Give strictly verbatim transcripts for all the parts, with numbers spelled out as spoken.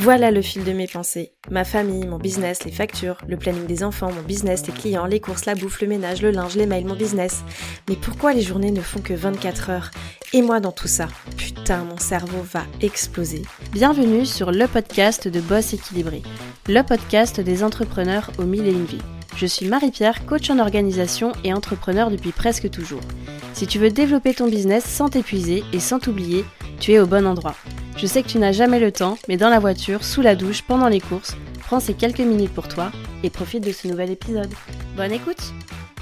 Voilà le fil de mes pensées. Ma famille, mon business, les factures, le planning des enfants, mon business, les clients, les courses, la bouffe, le ménage, le linge, les mails, mon business. Mais pourquoi les journées ne font que vingt-quatre heures? Et moi dans tout ça? Putain, mon cerveau va exploser. Bienvenue sur le podcast de Boss Équilibré, le podcast des entrepreneurs aux mille et une vies. Je suis Marie-Pierre, coach en organisation et entrepreneur depuis presque toujours. Si tu veux développer ton business sans t'épuiser et sans t'oublier, tu es au bon endroit. Je sais que tu n'as jamais le temps, mais dans la voiture, sous la douche, pendant les courses, prends ces quelques minutes pour toi et profite de ce nouvel épisode. Bonne écoute!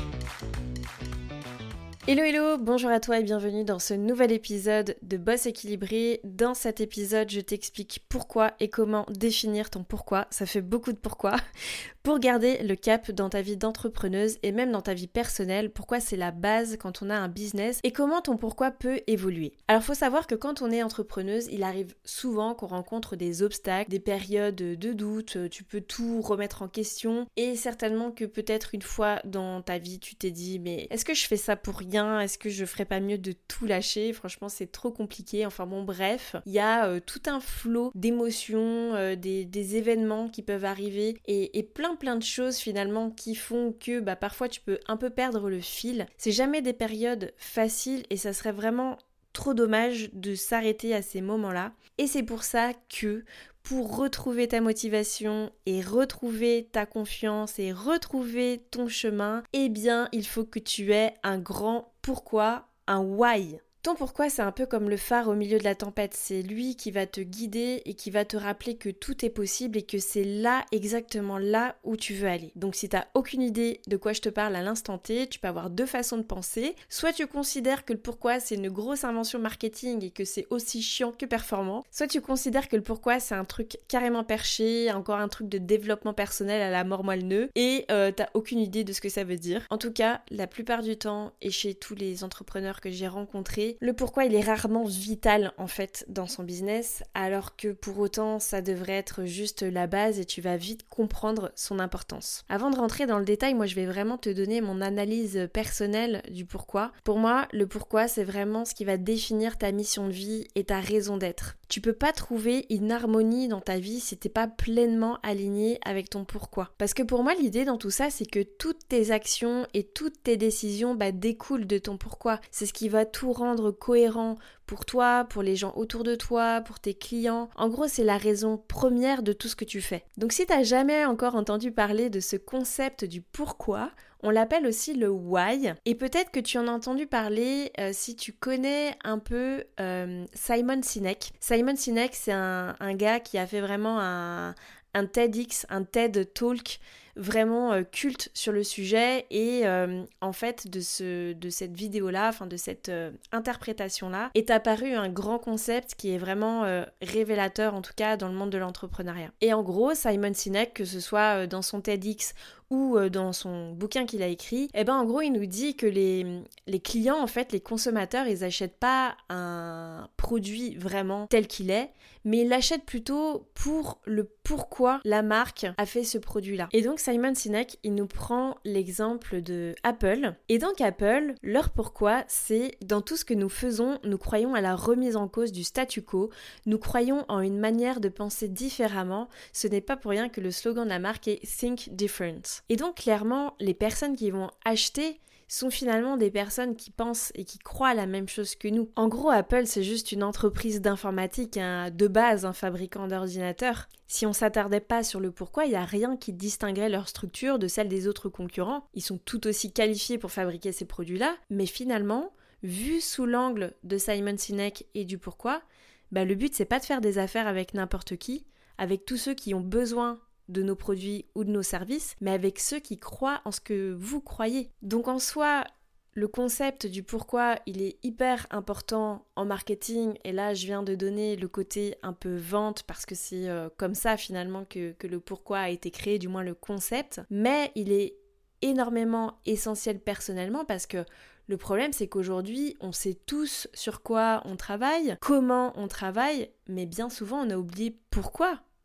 Hello hello, bonjour à toi et bienvenue dans ce nouvel épisode de Boss Équilibré. Dans cet épisode, je t'explique pourquoi et comment définir ton pourquoi. Ça fait beaucoup de pourquoi. Pour garder le cap dans ta vie d'entrepreneuse et même dans ta vie personnelle, pourquoi c'est la base quand on a un business et comment ton pourquoi peut évoluer. Alors faut savoir que quand on est entrepreneuse, il arrive souvent qu'on rencontre des obstacles, des périodes de doute, tu peux tout remettre en question et certainement que peut-être une fois dans ta vie tu t'es dit mais est-ce que je fais ça pour rien? Est-ce que je ferais pas mieux de tout lâcher? Franchement c'est trop compliqué, enfin bon bref, il y a euh, tout un flot d'émotions, euh, des, des événements qui peuvent arriver et, et plein plein de choses finalement qui font que bah, parfois tu peux un peu perdre le fil. C'est jamais des périodes faciles et ça serait vraiment trop dommage de s'arrêter à ces moments-là. Et c'est pour ça que pour retrouver ta motivation et retrouver ta confiance et retrouver ton chemin, eh bien il faut que tu aies un grand pourquoi, un why. Ton pourquoi, c'est un peu comme le phare au milieu de la tempête. C'est lui qui va te guider et qui va te rappeler que tout est possible et que c'est là, exactement là où tu veux aller. Donc si t'as aucune idée de quoi je te parle à l'instant T, tu peux avoir deux façons de penser. Soit tu considères que le pourquoi, c'est une grosse invention marketing et que c'est aussi chiant que performant. Soit tu considères que le pourquoi, c'est un truc carrément perché, encore un truc de développement personnel à la mort moelle nœud et euh, t'as aucune idée de ce que ça veut dire. En tout cas, la plupart du temps et chez tous les entrepreneurs que j'ai rencontrés, le pourquoi il est rarement vital en fait dans son business alors que pour autant ça devrait être juste la base et tu vas vite comprendre son importance. Avant de rentrer dans le détail, moi je vais vraiment te donner mon analyse personnelle du pourquoi. Pour moi, le pourquoi c'est vraiment ce qui va définir ta mission de vie et ta raison d'être. Tu peux pas trouver une harmonie dans ta vie si t'es pas pleinement aligné avec ton pourquoi. Parce que pour moi, l'idée dans tout ça, c'est que toutes tes actions et toutes tes décisions bah, découlent de ton pourquoi. C'est ce qui va tout rendre cohérent pour toi, pour les gens autour de toi, pour tes clients. En gros, c'est la raison première de tout ce que tu fais. Donc si t'as jamais encore entendu parler de ce concept du pourquoi, on l'appelle aussi le why. Et peut-être que tu en as entendu parler euh, si tu connais un peu euh, Simon Sinek. Simon Sinek, c'est un, un gars qui a fait vraiment un, un TEDx, un TED Talk vraiment euh, culte sur le sujet et euh, en fait de, ce, de cette vidéo-là, enfin de cette euh, interprétation-là, est apparu un grand concept qui est vraiment euh, révélateur en tout cas dans le monde de l'entrepreneuriat. Et en gros, Simon Sinek, que ce soit euh, dans son TEDx ou euh, dans son bouquin qu'il a écrit, eh ben en gros il nous dit que les, les clients, en fait les consommateurs, ils achètent pas un produit vraiment tel qu'il est, mais ils l'achètent plutôt pour le pourquoi la marque a fait ce produit-là. Et donc Simon Sinek, il nous prend l'exemple de Apple. Et donc Apple, leur pourquoi, c'est dans tout ce que nous faisons, nous croyons à la remise en cause du statu quo, nous croyons en une manière de penser différemment. Ce n'est pas pour rien que le slogan de la marque est Think Different. Et donc clairement, les personnes qui vont acheter sont finalement des personnes qui pensent et qui croient à la même chose que nous. En gros, Apple, c'est juste une entreprise d'informatique, hein, de base, un fabricant d'ordinateurs. Si on s'attardait pas sur le pourquoi, il n'y a rien qui distinguerait leur structure de celle des autres concurrents. Ils sont tout aussi qualifiés pour fabriquer ces produits-là, mais finalement, vu sous l'angle de Simon Sinek et du pourquoi, bah le but c'est pas de faire des affaires avec n'importe qui, avec tous ceux qui ont besoin de nos produits ou de nos services, mais avec ceux qui croient en ce que vous croyez. Donc en soi, le concept du pourquoi, il est hyper important en marketing, et là je viens de donner le côté un peu vente parce que c'est euh, comme ça finalement que, que le pourquoi a été créé, du moins le concept, mais il est énormément essentiel personnellement parce que le problème c'est qu'aujourd'hui on sait tous sur quoi on travaille, comment on travaille, mais bien souvent on a oublié pourquoi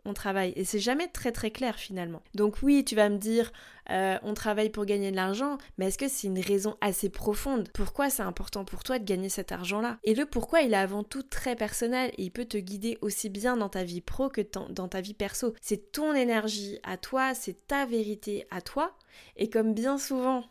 on travaille. Et c'est jamais très très clair finalement. Donc oui, tu vas me dire, euh, on travaille pour gagner de l'argent, mais est-ce que c'est une raison assez profonde? Pourquoi c'est important pour toi de gagner cet argent-là? Et le pourquoi, il est avant tout très personnel et il peut te guider aussi bien dans ta vie pro que dans ta vie perso. C'est ton énergie à toi, c'est ta vérité à toi. Et comme bien souvent...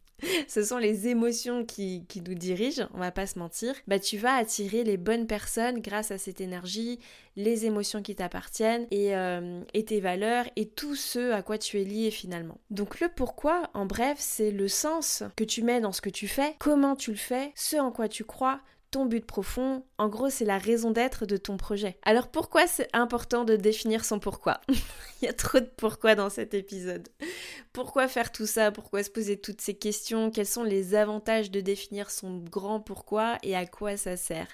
ce sont les émotions qui, qui nous dirigent, on va pas se mentir, bah tu vas attirer les bonnes personnes grâce à cette énergie, les émotions qui t'appartiennent et, euh, et tes valeurs et tout ce à quoi tu es lié finalement. Donc le pourquoi, en bref, c'est le sens que tu mets dans ce que tu fais, comment tu le fais, ce en quoi tu crois, ton but profond, en gros c'est la raison d'être de ton projet. Alors pourquoi c'est important de définir son pourquoi? Il y a trop de pourquoi dans cet épisode. Pourquoi faire tout ça? Pourquoi se poser toutes ces questions? Quels sont les avantages de définir son grand pourquoi et à quoi ça sert?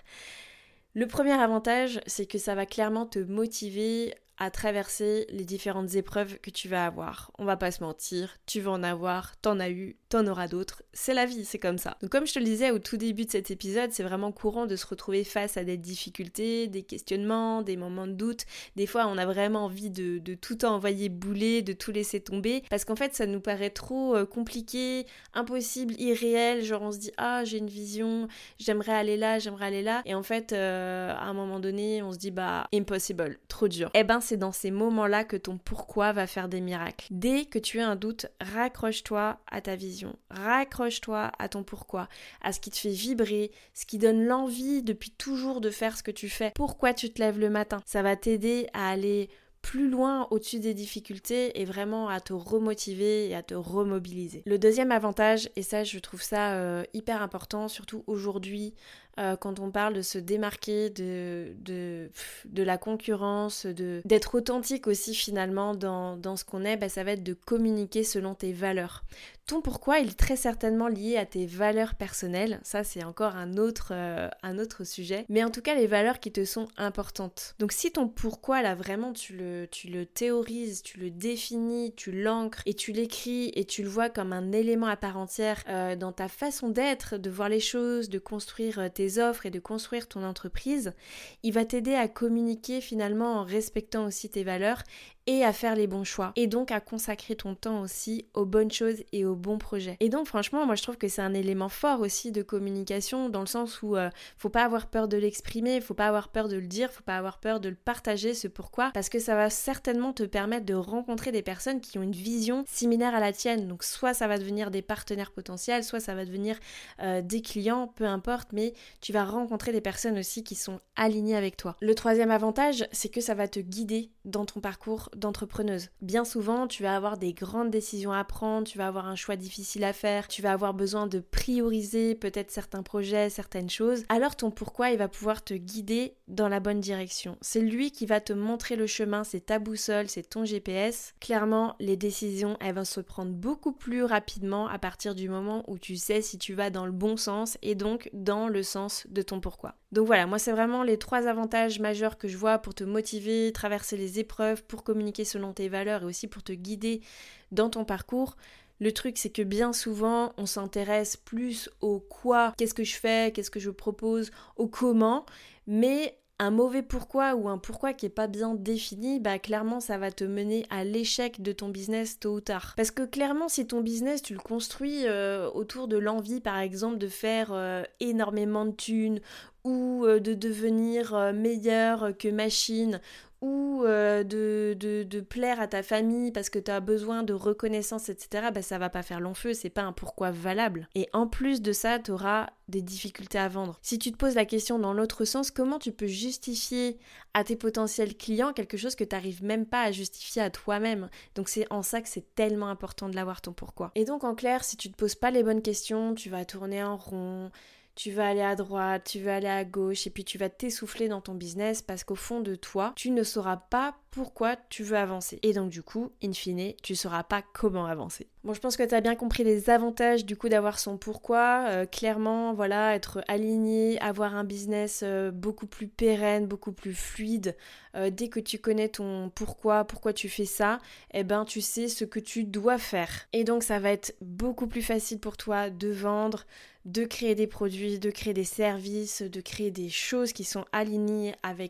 Le premier avantage, c'est que ça va clairement te motiver à traverser les différentes épreuves que tu vas avoir. On va pas se mentir, tu vas en avoir, t'en as eu, t'en auras d'autres. C'est la vie, c'est comme ça. Donc comme je te le disais au tout début de cet épisode, c'est vraiment courant de se retrouver face à des difficultés, des questionnements, des moments de doute. Des fois, on a vraiment envie de, de tout envoyer bouler, de tout laisser tomber, parce qu'en fait, ça nous paraît trop euh, compliqué, impossible, irréel. Genre on se dit « Ah, j'ai une vision, j'aimerais aller là, j'aimerais aller là. » Et en fait, euh, à un moment donné, on se dit « Bah, impossible, trop dur. » Eh ben, c'est dans ces moments-là que ton pourquoi va faire des miracles. Dès que tu as un doute, raccroche-toi à ta vision, raccroche-toi à ton pourquoi, à ce qui te fait vibrer, ce qui donne l'envie depuis toujours de faire ce que tu fais. Pourquoi tu te lèves le matin? Ça va t'aider à aller plus loin au-dessus des difficultés et vraiment à te remotiver et à te remobiliser. Le deuxième avantage, et ça je trouve ça euh, hyper important, surtout aujourd'hui, euh, quand on parle de se démarquer de, de, de la concurrence, de, d'être authentique aussi finalement dans, dans ce qu'on est, bah, ça va être de communiquer selon tes valeurs. Ton pourquoi, il est très certainement lié à tes valeurs personnelles, ça c'est encore un autre, euh, un autre sujet, mais en tout cas les valeurs qui te sont importantes. Donc si ton pourquoi là vraiment tu le, tu le théorises, tu le définis, tu l'ancres et tu l'écris et tu le vois comme un élément à part entière euh, dans ta façon d'être, de voir les choses, de construire euh, tes offres et de construire ton entreprise, il va t'aider à communiquer finalement en respectant aussi tes valeurs et à faire les bons choix et donc à consacrer ton temps aussi aux bonnes choses et aux bons projets. Et donc franchement moi je trouve que c'est un élément fort aussi de communication dans le sens où euh, faut pas avoir peur de l'exprimer, faut pas avoir peur de le dire, faut pas avoir peur de le partager ce pourquoi, parce que ça va certainement te permettre de rencontrer des personnes qui ont une vision similaire à la tienne. Donc soit ça va devenir des partenaires potentiels, soit ça va devenir euh, des clients, peu importe, mais tu vas rencontrer des personnes aussi qui sont alignées avec toi. Le troisième avantage, c'est que ça va te guider dans ton parcours d'entrepreneuse. Bien souvent, tu vas avoir des grandes décisions à prendre, tu vas avoir un choix difficile à faire, tu vas avoir besoin de prioriser peut-être certains projets, certaines choses. Alors ton pourquoi, il va pouvoir te guider dans la bonne direction. C'est lui qui va te montrer le chemin, c'est ta boussole, c'est ton G P S. Clairement, les décisions, elles vont se prendre beaucoup plus rapidement à partir du moment où tu sais si tu vas dans le bon sens et donc dans le sens de ton pourquoi. Donc voilà, moi c'est vraiment les trois avantages majeurs que je vois pour te motiver, traverser les épreuves, pour communiquer selon tes valeurs et aussi pour te guider dans ton parcours. Le truc, c'est que bien souvent, on s'intéresse plus au quoi, qu'est-ce que je fais, qu'est-ce que je propose, au comment, mais un mauvais pourquoi ou un pourquoi qui est pas bien défini, bah clairement ça va te mener à l'échec de ton business tôt ou tard. Parce que clairement si ton business tu le construis euh, autour de l'envie par exemple de faire euh, énormément de thunes ou euh, de devenir euh, meilleur que machine ou euh, de, de, de plaire à ta famille parce que tu as besoin de reconnaissance, et cetera, bah ça va pas faire long feu, c'est pas un pourquoi valable. Et en plus de ça, tu auras des difficultés à vendre. Si tu te poses la question dans l'autre sens, comment tu peux justifier à tes potentiels clients quelque chose que tu n'arrives même pas à justifier à toi-même? Donc c'est en ça que c'est tellement important de l'avoir ton pourquoi. Et donc en clair, si tu te poses pas les bonnes questions, tu vas tourner en rond, tu vas aller à droite, tu vas aller à gauche et puis tu vas t'essouffler dans ton business parce qu'au fond de toi, tu ne sauras pas pourquoi tu veux avancer. Et donc du coup, in fine, tu sauras pas comment avancer. Bon, je pense que tu as bien compris les avantages du coup d'avoir son pourquoi. Euh, clairement, voilà, être aligné, avoir un business euh, beaucoup plus pérenne, beaucoup plus fluide. Euh, dès que tu connais ton pourquoi, pourquoi tu fais ça, eh ben tu sais ce que tu dois faire. Et donc ça va être beaucoup plus facile pour toi de vendre, de créer des produits, de créer des services, de créer des choses qui sont alignées avec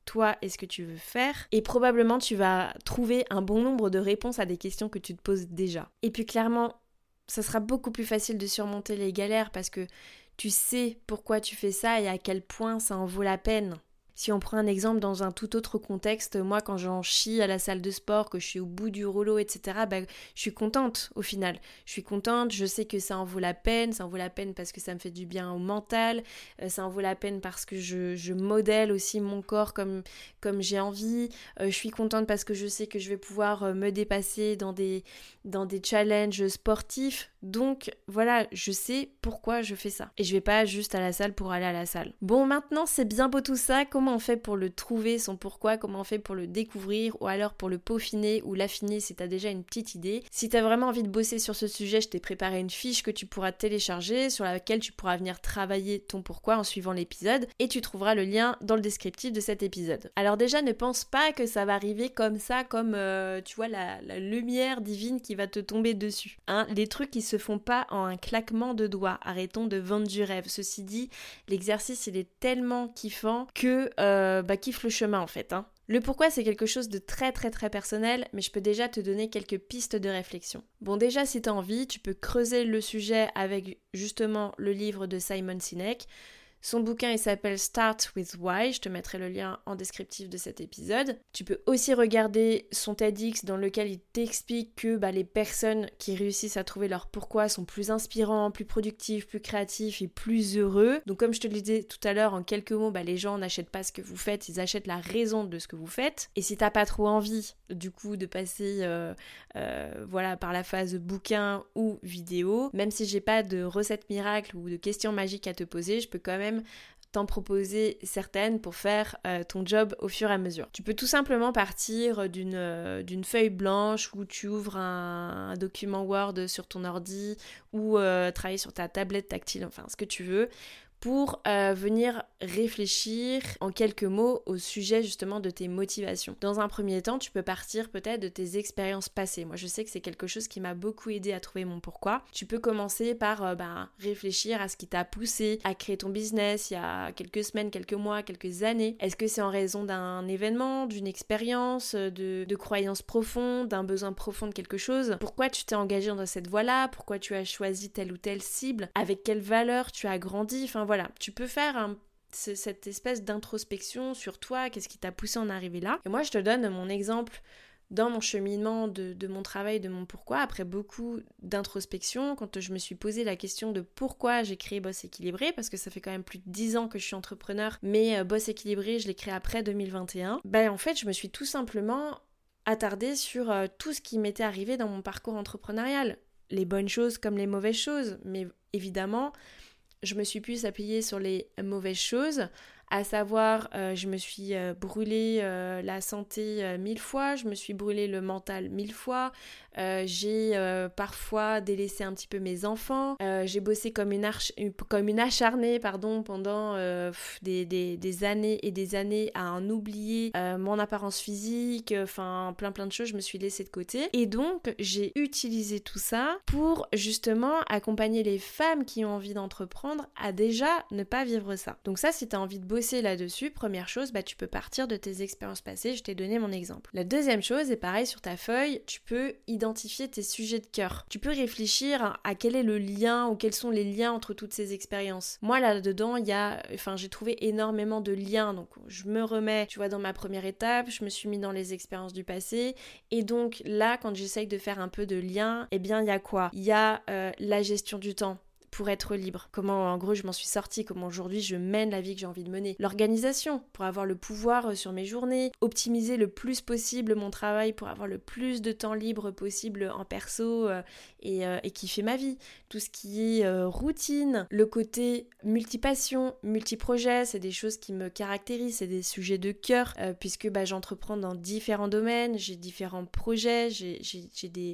toi et ce que tu veux faire. Et probablement tu vas trouver un bon nombre de réponses à des questions que tu te poses déjà. Et puis clairement, ça sera beaucoup plus facile de surmonter les galères parce que tu sais pourquoi tu fais ça et à quel point ça en vaut la peine. Si on prend un exemple dans un tout autre contexte, moi quand j'en chie à la salle de sport, que je suis au bout du rouleau, et cetera, bah, je suis contente au final. Je suis contente, je sais que ça en vaut la peine, ça en vaut la peine parce que ça me fait du bien au mental, euh, ça en vaut la peine parce que je, je modèle aussi mon corps comme, comme j'ai envie, euh, je suis contente parce que je sais que je vais pouvoir euh, me dépasser dans des, dans des challenges sportifs. Donc voilà, je sais pourquoi je fais ça. Et je vais pas juste à la salle pour aller à la salle. Bon, maintenant c'est bien beau tout ça, comment on fait pour le trouver, son pourquoi, comment on fait pour le découvrir ou alors pour le peaufiner ou l'affiner si t'as déjà une petite idée. Si t'as vraiment envie de bosser sur ce sujet, je t'ai préparé une fiche que tu pourras télécharger sur laquelle tu pourras venir travailler ton pourquoi en suivant l'épisode et tu trouveras le lien dans le descriptif de cet épisode. Alors déjà, ne pense pas que ça va arriver comme ça, comme euh, tu vois la, la lumière divine qui va te tomber dessus. Hein, les trucs qui se font pas en un claquement de doigts. Arrêtons de vendre du rêve. Ceci dit, l'exercice il est tellement kiffant que euh, bah kiffe le chemin en fait. Hein. Le pourquoi c'est quelque chose de très très très personnel, mais je peux déjà te donner quelques pistes de réflexion. Bon déjà si t'as envie, tu peux creuser le sujet avec justement le livre de Simon Sinek. Son bouquin, il s'appelle Start with Why, je te mettrai le lien en descriptif de cet épisode. Tu peux aussi regarder son TEDx dans lequel il t'explique que bah, les personnes qui réussissent à trouver leur pourquoi sont plus inspirants, plus productifs, plus créatifs et plus heureux. Donc comme je te le disais tout à l'heure, en quelques mots, bah, les gens n'achètent pas ce que vous faites, ils achètent la raison de ce que vous faites. Et si t'as pas trop envie, du coup, de passer euh, euh, voilà, par la phase bouquin ou vidéo, même si j'ai pas de recette miracle ou de questions magiques à te poser, je peux quand même t'en proposer certaines pour faire euh, ton job au fur et à mesure. Tu peux tout simplement partir d'une, euh, d'une feuille blanche où tu ouvres un, un document Word sur ton ordi ou euh, travailler sur ta tablette tactile, enfin ce que tu veux, pour euh, venir réfléchir en quelques mots au sujet justement de tes motivations. Dans un premier temps, tu peux partir peut-être de tes expériences passées. Moi, je sais que c'est quelque chose qui m'a beaucoup aidé à trouver mon pourquoi. Tu peux commencer par euh, bah, réfléchir à ce qui t'a poussé à créer ton business il y a quelques semaines, quelques mois, quelques années. Est-ce que c'est en raison d'un événement, d'une expérience, de, de croyances profondes, d'un besoin profond de quelque chose? Pourquoi tu t'es engagé dans cette voie-là? Pourquoi tu as choisi telle ou telle cible? Avec quelle valeur tu as grandi? Enfin voilà, tu peux faire un, cette espèce d'introspection sur toi, qu'est-ce qui t'a poussé à en arriver là. Et moi, je te donne mon exemple dans mon cheminement de, de mon travail, de mon pourquoi, après beaucoup d'introspection, quand je me suis posé la question de pourquoi j'ai créé Boss Équilibré, parce que ça fait quand même plus de dix ans que je suis entrepreneur, mais euh, Boss Équilibré, je l'ai créé après deux mille vingt et un, ben en fait, je me suis tout simplement attardée sur euh, tout ce qui m'était arrivé dans mon parcours entrepreneurial. Les bonnes choses comme les mauvaises choses, mais évidemment, je me suis plus appuyée sur les mauvaises choses, à savoir euh, je me suis euh, brûlé euh, la santé euh, mille fois, je me suis brûlé le mental mille fois, euh, j'ai euh, parfois délaissé un petit peu mes enfants, euh, j'ai bossé comme une, arch- comme une acharnée pardon, pendant euh, pff, des, des, des années et des années à en oublier euh, mon apparence physique, enfin plein plein de choses, je me suis laissée de côté. Et donc j'ai utilisé tout ça pour justement accompagner les femmes qui ont envie d'entreprendre à déjà ne pas vivre ça. Donc ça, si tu as envie de bosser là-dessus, première chose, bah, tu peux partir de tes expériences passées, je t'ai donné mon exemple. La deuxième chose, et pareil sur ta feuille, tu peux identifier tes sujets de cœur. Tu peux réfléchir à quel est le lien ou quels sont les liens entre toutes ces expériences. Moi là-dedans, il y a, enfin j'ai trouvé énormément de liens, donc je me remets, tu vois, dans ma première étape, je me suis mis dans les expériences du passé, et donc là, quand j'essaye de faire un peu de lien, eh bien il y a quoi? Il y a euh, la gestion du temps pour être libre. Comment, en gros, je m'en suis sortie, comment aujourd'hui je mène la vie que j'ai envie de mener. L'organisation, pour avoir le pouvoir sur mes journées, optimiser le plus possible mon travail pour avoir le plus de temps libre possible en perso euh, et, euh, et kiffer ma vie. Tout ce qui est euh, routine, le côté multipassion, multiprojet, c'est des choses qui me caractérisent, c'est des sujets de cœur, euh, puisque bah, j'entreprends dans différents domaines, j'ai différents projets, j'ai, j'ai, j'ai des...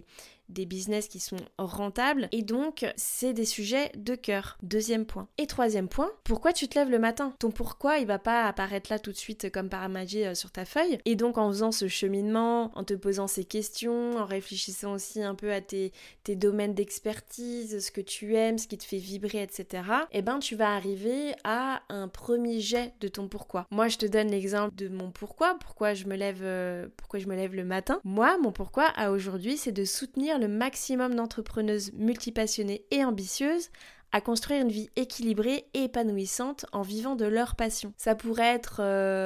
des business qui sont rentables et donc c'est des sujets de cœur. Deuxième point. Et troisième point, pourquoi tu te lèves le matin? Ton pourquoi, il va pas apparaître là tout de suite comme par magie sur ta feuille. Et donc en faisant ce cheminement, en te posant ces questions, en réfléchissant aussi un peu à tes, tes domaines d'expertise, ce que tu aimes, ce qui te fait vibrer, et cetera, eh ben tu vas arriver à un premier jet de ton pourquoi. Moi, je te donne l'exemple de mon pourquoi, pourquoi je me lève, euh, pourquoi je me lève le matin. Moi, mon pourquoi à aujourd'hui, c'est de soutenir le maximum d'entrepreneuses multipassionnées et ambitieuses à construire une vie équilibrée et épanouissante en vivant de leur passion. Ça pourrait être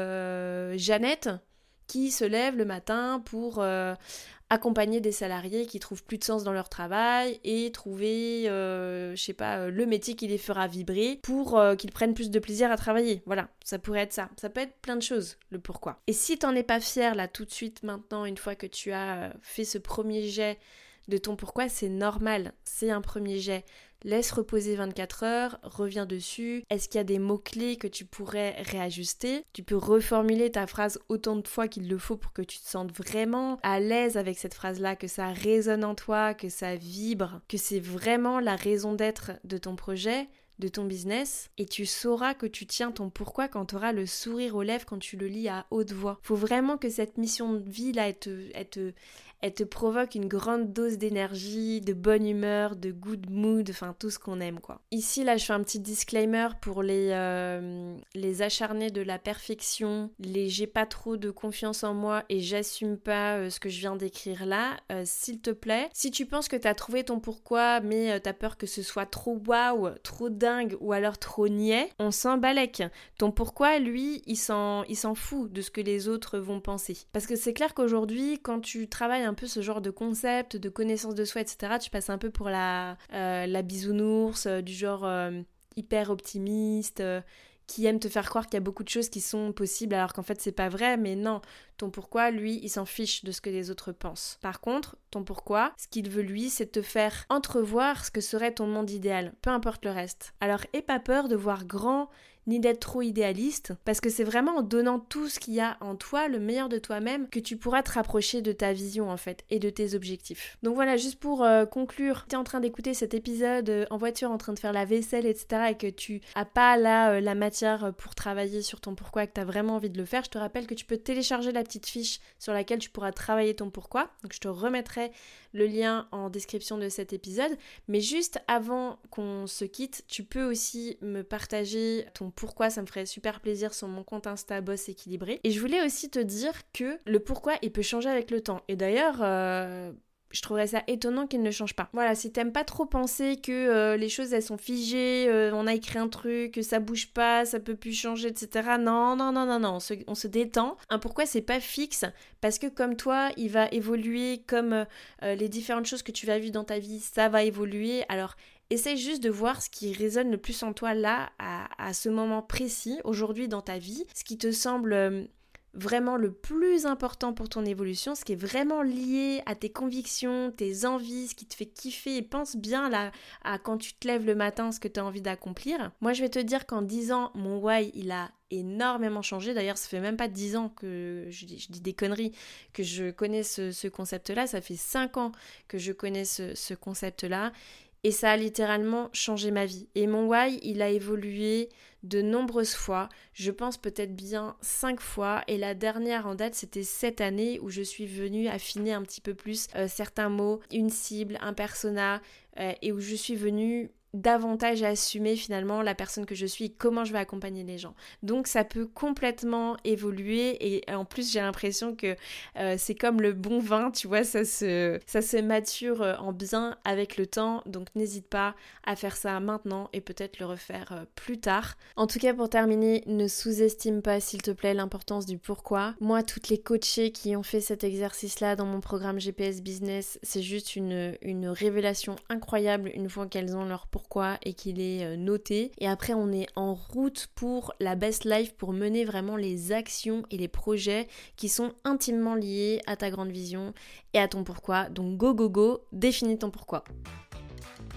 euh, Jeannette qui se lève le matin pour euh, accompagner des salariés qui trouvent plus de sens dans leur travail et trouver, euh, je sais pas, le métier qui les fera vibrer pour euh, qu'ils prennent plus de plaisir à travailler. Voilà, ça pourrait être ça. Ça peut être plein de choses, le pourquoi. Et si t'en es pas fier là tout de suite maintenant, une fois que tu as fait ce premier jet de ton pourquoi, c'est normal, c'est un premier jet. Laisse reposer vingt-quatre heures, reviens dessus. Est-ce qu'il y a des mots-clés que tu pourrais réajuster? Tu peux reformuler ta phrase autant de fois qu'il le faut pour que tu te sentes vraiment à l'aise avec cette phrase-là, que ça résonne en toi, que ça vibre, que c'est vraiment la raison d'être de ton projet, de ton business, et tu sauras que tu tiens ton pourquoi quand tu auras le sourire aux lèvres quand tu le lis à haute voix. Faut vraiment que cette mission de vie là, elle te, elle te, elle te provoque une grande dose d'énergie, de bonne humeur, de good mood, enfin tout ce qu'on aime quoi. Ici là, je fais un petit disclaimer pour les, euh, les acharnés de la perfection, les j'ai pas trop de confiance en moi et j'assume pas euh, ce que je viens d'écrire là. Euh, s'il te plaît, si tu penses que t'as trouvé ton pourquoi mais euh, t'as peur que ce soit trop waouh, trop dingue ou alors trop niais, on s'en balèque. Ton pourquoi, lui, il s'en, il s'en fout de ce que les autres vont penser. Parce que c'est clair qu'aujourd'hui, quand tu travailles un peu ce genre de concept, de connaissance de soi, et cetera, tu passes un peu pour la, euh, la bisounours, euh, du genre euh, hyper optimiste, euh, qui aime te faire croire qu'il y a beaucoup de choses qui sont possibles alors qu'en fait c'est pas vrai, mais non, ton pourquoi, lui, il s'en fiche de ce que les autres pensent. Par contre, ton pourquoi, ce qu'il veut lui, c'est te faire entrevoir ce que serait ton monde idéal, peu importe le reste. Alors aie pas peur de voir grand, ni d'être trop idéaliste, parce que c'est vraiment en donnant tout ce qu'il y a en toi, le meilleur de toi-même, que tu pourras te rapprocher de ta vision en fait, et de tes objectifs. Donc voilà, juste pour euh, conclure, tu es en train d'écouter cet épisode euh, en voiture, en train de faire la vaisselle, et cetera, et que tu as pas là euh, la matière pour travailler sur ton pourquoi, et que tu as vraiment envie de le faire, je te rappelle que tu peux télécharger la petite fiche sur laquelle tu pourras travailler ton pourquoi. Donc je te remettrai le lien en description de cet épisode, mais juste avant qu'on se quitte, tu peux aussi me partager ton pourquoi, ça me ferait super plaisir sur mon compte Insta Boss Équilibré. Et je voulais aussi te dire que le pourquoi, il peut changer avec le temps. Et d'ailleurs, euh, je trouverais ça étonnant qu'il ne change pas. Voilà, si t'aimes pas trop penser que euh, les choses elles sont figées, euh, on a écrit un truc, que ça bouge pas, ça peut plus changer, et cetera. Non, non, non, non, non, on se, on se détend. Un pourquoi c'est pas fixe, parce que comme toi, il va évoluer, comme euh, les différentes choses que tu vas vivre dans ta vie, ça va évoluer. Alors essaye juste de voir ce qui résonne le plus en toi là, à, à ce moment précis, aujourd'hui dans ta vie, ce qui te semble euh, vraiment le plus important pour ton évolution, ce qui est vraiment lié à tes convictions, tes envies, ce qui te fait kiffer, et pense bien là à quand tu te lèves le matin, ce que tu as envie d'accomplir. Moi je vais te dire qu'en dix ans, mon why il a énormément changé. D'ailleurs ça fait même pas dix ans que je dis, je dis des conneries, que je connais ce, ce concept là, ça fait cinq ans que je connais ce, ce concept là. Et ça a littéralement changé ma vie. Et mon why, il a évolué de nombreuses fois. Je pense peut-être bien cinq fois. Et la dernière en date, c'était cette année où je suis venue affiner un petit peu plus euh, certains mots, une cible, un persona, euh, et où je suis venue davantage assumer finalement la personne que je suis et comment je vais accompagner les gens. Donc ça peut complètement évoluer et en plus j'ai l'impression que euh, c'est comme le bon vin, tu vois, ça se, ça se mature en bien avec le temps, donc n'hésite pas à faire ça maintenant et peut-être le refaire euh, plus tard. En tout cas pour terminer, ne sous-estime pas s'il te plaît l'importance du pourquoi. Moi, toutes les coachées qui ont fait cet exercice-là dans mon programme G P S Business, c'est juste une, une révélation incroyable une fois qu'elles ont leur pourquoi et qu'il est noté. Et après, on est en route pour la best life, pour mener vraiment les actions et les projets qui sont intimement liés à ta grande vision et à ton pourquoi. Donc go, go, go, définis ton pourquoi.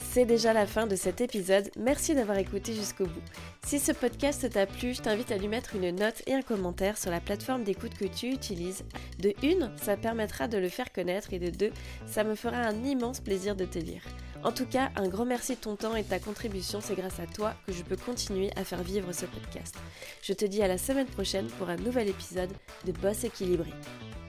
c'est déjà la fin de cet épisode. Merci d'avoir écouté jusqu'au bout. Si ce podcast t'a plu, je t'invite à lui mettre une note et un commentaire sur la plateforme d'écoute que tu utilises. De une, ça permettra de le faire connaître et de deux, ça me fera un immense plaisir de te lire. En tout cas, un grand merci de ton temps et de ta contribution, c'est grâce à toi que je peux continuer à faire vivre ce podcast. Je te dis à la semaine prochaine pour un nouvel épisode de Boss équilibré.